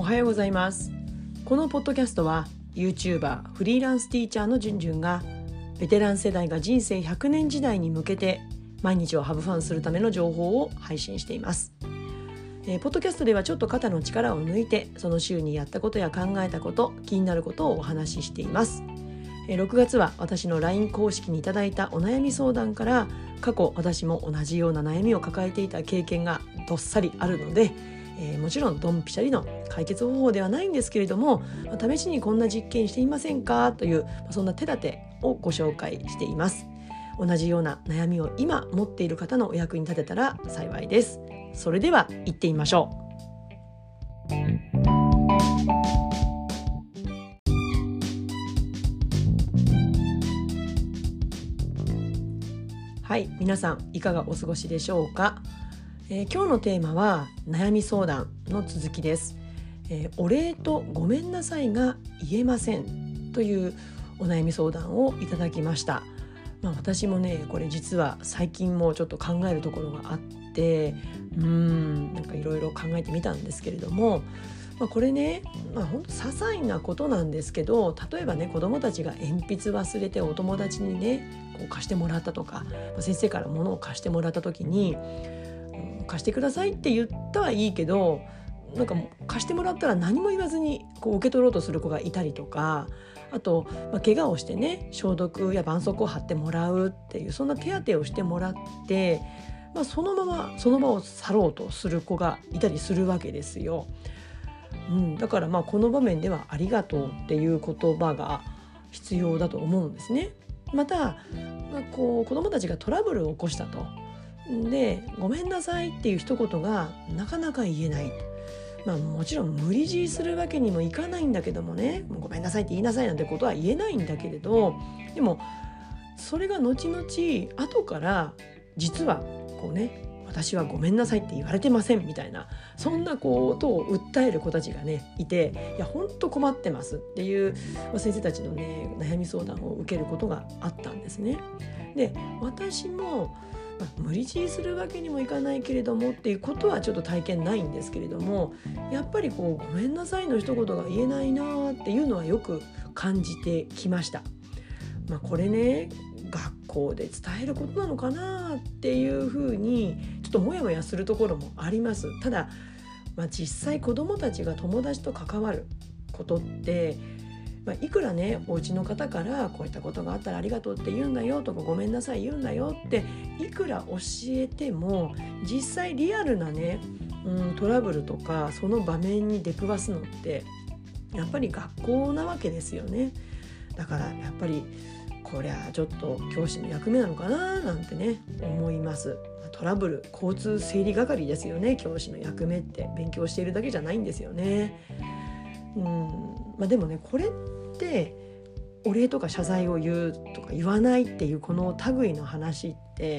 はようございます。このポッドキャストは YouTuber フリーランスティーチャーのじゅんじゅんがベテラン世代が人生100年時代に向けて毎日をハブファンするための情報を配信しています。ポッドキャストではちょっと肩の力を抜いてその週にやったことや考えたこと、気になることをお話ししています。6月は私の LINE 公式にいただいたお悩み相談から過去私も同じような悩みを抱えていた経験がどっさりあるので、もちろんドンピシャリの解決方法ではないんですけれども、試しにこんな実験していませんかというそんな手立てをご紹介しています。同じような悩みを今持っている方のお役に立てたら幸いです。それでは行ってみましょう。はい、皆さんいかがお過ごしでしょうか。今日のテーマは悩み相談の続きです。お礼とごめんなさいが言えませんというお悩み相談をいただきました。私もねこれ実は最近もちょっと考えるところがあってなんかいろいろ考えてみたんですけれども、これね本当些細なことなんですけど、例えばね子どもたちが鉛筆忘れてお友達にねこう貸してもらったとか、先生から物を貸してもらった時に、貸してくださいって言ったはいいけど、なんか貸してもらったら何も言わずにこう受け取ろうとする子がいたりとか、あと、怪我をしてね消毒や絆創膏を貼ってもらうっていうそんな手当てをしてもらって、そのままその場を去ろうとする子がいたりするわけですよ。だからこの場面ではありがとうっていう言葉が必要だと思うんですね。また、子どもたちがトラブルを起こしたと。でごめんなさいっていう一言がなかなか言えない。もちろん無理強いするわけにもいかないんだけどもね、もうごめんなさいって言いなさいなんてことは言えないんだけれど、でもそれが後々後から実はこうね、私はごめんなさいって言われてませんみたいな、そんなことを訴える子たちがねいて、いや本当困ってますっていう、先生たちのね悩み相談を受けることがあったんですね。で私も無理強いするわけにもいかないけれどもっていうことはちょっと体験ないんですけれども、やっぱりごめんなさいの一言が言えないなっていうのはよく感じてきました。これね学校で伝えることなのかなっていうふうにちょっとモヤモヤするところもあります。ただ、実際子どもたちが友達と関わることっていくらねお家の方からこういったことがあったらありがとうって言うんだよとかごめんなさい言うんだよっていくら教えても、実際リアルなね、トラブルとかその場面に出くわすのってやっぱり学校なわけですよね。だからやっぱりこりゃちょっと教師の役目なのかななんてね思います。トラブル交通整理係ですよね。教師の役目って勉強しているだけじゃないんですよね。でもねこれってお礼とか謝罪を言うとか言わないっていうこの類の話って、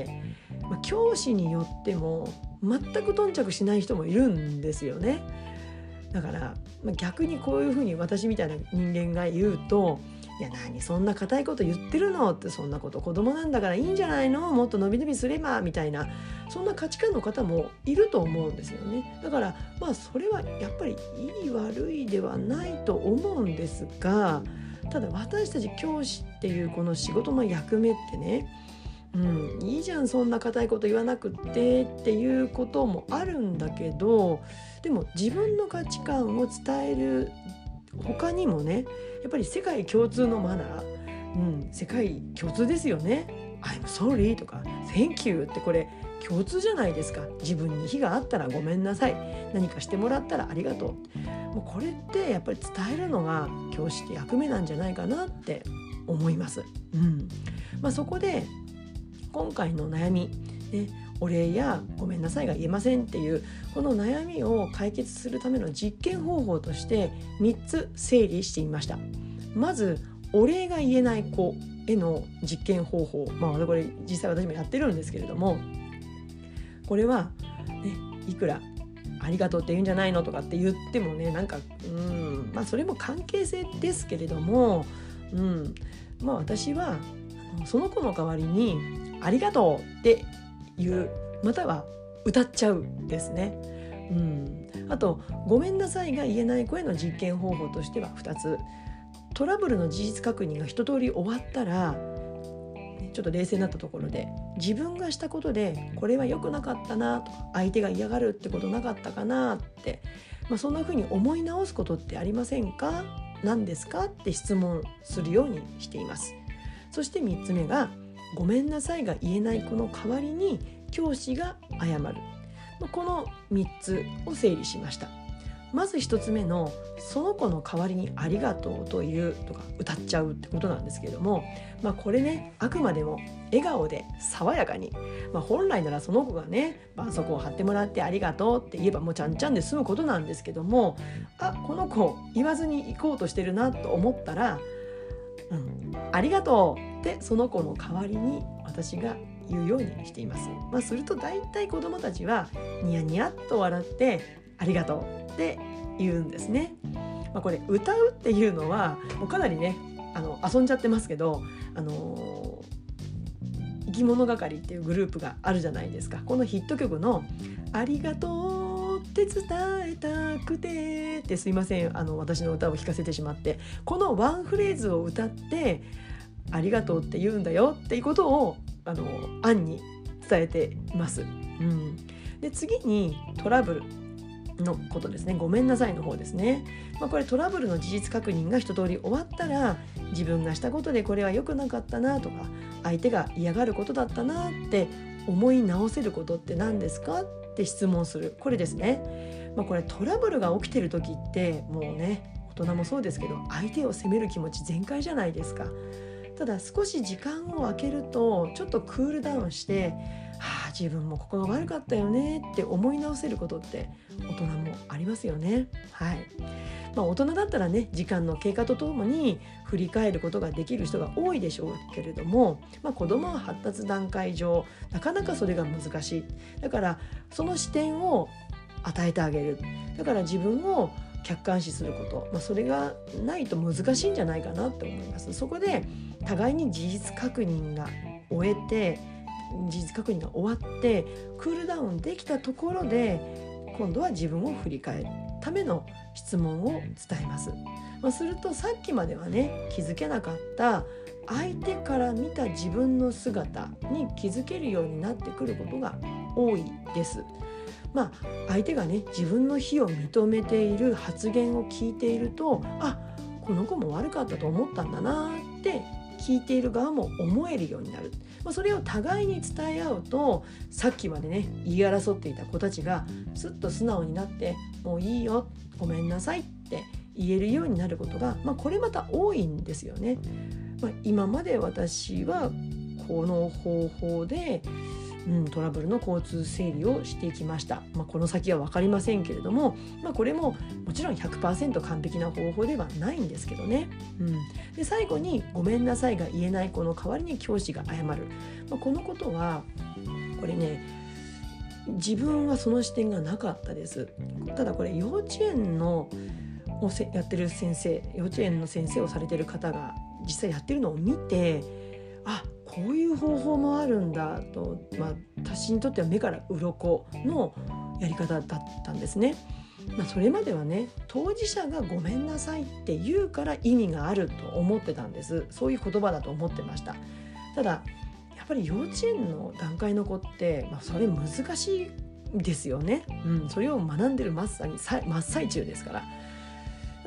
教師によっても全く頓着しない人もいるんですよね。だから、逆にこういうふうに私みたいな人間が言うと、いや何そんな固いこと言ってるのって、そんなこと子供なんだからいいんじゃないの、もっと伸び伸びすればみたいな、そんな価値観の方もいると思うんですよね。だからそれはやっぱりいい悪いではないと思うんですが、ただ私たち教師っていうこの仕事の役目ってね、いいじゃんそんな固いこと言わなくってっていうこともあるんだけど、でも自分の価値観を伝える他にもね、やっぱり世界共通のマナー、世界共通ですよね。I'm sorry とか Thank you ってこれ共通じゃないですか。自分に非があったらごめんなさい、何かしてもらったらありがとう、もうこれってやっぱり伝えるのが教師って役目なんじゃないかなって思います。そこで今回の悩み、お礼やごめんなさいが言えませんっていうこの悩みを解決するための実験方法として3つ整理してみました。まずお礼が言えない子への実験方法、これ実際私もやってるんですけれども、これは、いくらありがとうって言うんじゃないのとかって言ってもね、それも関係性ですけれども、私はその子の代わりにありがとうって言う、または歌っちゃうんですね。 あとごめんなさいが言えない子への実験方法としては2つ。トラブルの事実確認が一通り終わったら、ちょっと冷静になったところで自分がしたことでこれは良くなかったなとか、相手が嫌がるってことなかったかなって、そんな風に思い直すことってありませんか？何ですか？って質問するようにしています。そして3つ目がごめんなさいが言えない子の代わりに教師が謝る。この3つを整理しました。まず1つ目のその子の代わりにありがとうと言うとか歌っちゃうってことなんですけれども、これね、あくまでも笑顔で爽やかに、本来ならその子がね絆創膏を貼ってもらってありがとうって言えばもうちゃんちゃんで済むことなんですけども、この子言わずに行こうとしてるなと思ったら、ありがとうってその子の代わりに私が言うようにしています。すると大体子どもたちはニヤニヤっと笑ってありがとうって言うんですね。これ歌うっていうのはもうかなりね遊んじゃってますけど、生き物係っていうグループがあるじゃないですか。このヒット曲のありがとうって伝えたくてってすいません私の歌を聴かせてしまって、このワンフレーズを歌ってありがとうって言うんだよっていうことをアンに伝えています。で次にトラブルのことですね。ごめんなさいの方ですね。これトラブルの事実確認が一通り終わったら、自分がしたことでこれは良くなかったなとか、相手が嫌がることだったなって思い直せることって何ですかって質問する。これですね。これトラブルが起きてる時ってもうね、大人もそうですけど相手を責める気持ち全開じゃないですか。ただ少し時間を空けるとちょっとクールダウンして、自分もここが悪かったよねって思い直せることって大人もありますよね。大人だったらね、時間の経過とともに振り返ることができる人が多いでしょうけれども、子供は発達段階上なかなかそれが難しい。だからその視点を与えてあげる。だから自分を客観視すること、それがないと難しいんじゃないかなと思います。そこで互いに事実確認が終わってクールダウンできたところで、今度は自分を振り返るための質問を伝えます。するとさっきまではね気づけなかった相手から見た自分の姿に気づけるようになってくることが多いです。相手がね自分の非を認めている発言を聞いていると、この子も悪かったと思ったんだなって聞いている側も思えるようになる。それを互いに伝え合うと、さっきまでね言い争っていた子たちがすっと素直になって、もういいよ、ごめんなさいって言えるようになることが、これまた多いんですよね。今まで私はこの方法でトラブルの交通整理をしていきました。この先は分かりませんけれども、これももちろん 100% 完璧な方法ではないんですけどね。で最後にごめんなさいが言えない子の代わりに教師が謝る。このことはこれね、自分はその視点がなかったです。ただこれ幼稚園のやってる先生、幼稚園の先生をされてる方が実際やってるのを見て、こういう方法もあるんだと、私にとっては目から鱗のやり方だったんですね。それまではね、当事者がごめんなさいって言うから意味があると思ってたんです。そういう言葉だと思ってました。ただやっぱり幼稚園の段階の子って、それ難しいですよね。それを学んでる真っ最中ですから。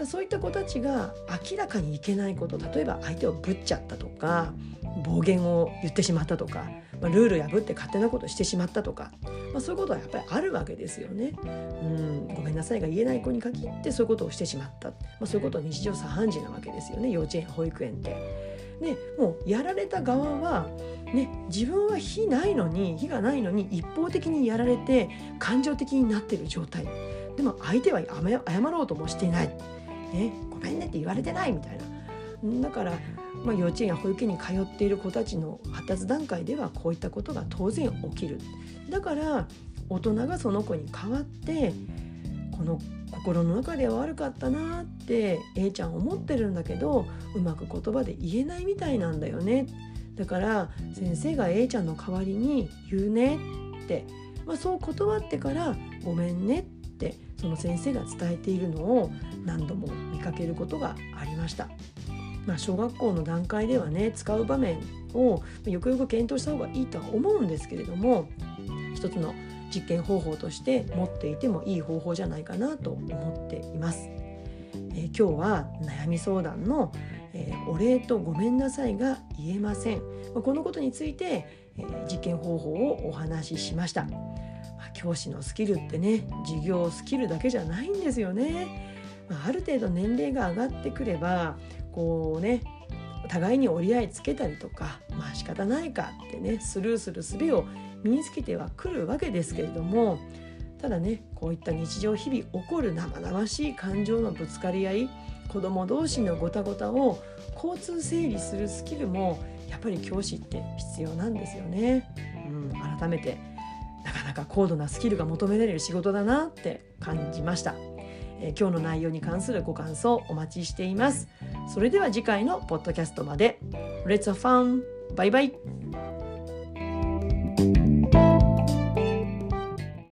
そういった子たちが明らかにいけないこと、例えば相手をぶっちゃったとか、暴言を言ってしまったとか、ルール破って勝手なことしてしまったとか、そういうことはやっぱりあるわけですよね。ごめんなさいが言えない子に限ってそういうことをしてしまった、そういうことは日常茶飯事なわけですよね、幼稚園保育園って。でもうやられた側は、自分は非がないのに一方的にやられて感情的になっている状態でも、相手は謝ろうともしていない、ごめんねって言われてないみたいな。だから、幼稚園や保育園に通っている子たちの発達段階ではこういったことが当然起きる。だから大人がその子に代わって、この心の中では悪かったなって A ちゃん思ってるんだけど、うまく言葉で言えないみたいなんだよね。だから先生が A ちゃんの代わりに言うねって、そう断ってからごめんねっってその先生が伝えているのを何度も見かけることがありました。小学校の段階ではね、使う場面をよくよく検討した方がいいとは思うんですけれども、一つの実験方法として持っていてもいい方法じゃないかなと思っています。今日は悩み相談の、お礼とごめんなさいが言えません、このことについて、実験方法をお話ししました。教師のスキルってね、授業スキルだけじゃないんですよね。ある程度年齢が上がってくれば互いに折り合いつけたりとか、仕方ないかってね、スルーする術を身につけてはくるわけですけれども、ただね、こういった日常日々起こる生々しい感情のぶつかり合い、子ども同士のごたごたを交通整理するスキルもやっぱり教師って必要なんですよね。改めてなかなか高度なスキルが求められる仕事だなって感じました。今日の内容に関するご感想お待ちしています。それでは次回のポッドキャストまで。Let's have fun! バイバイ。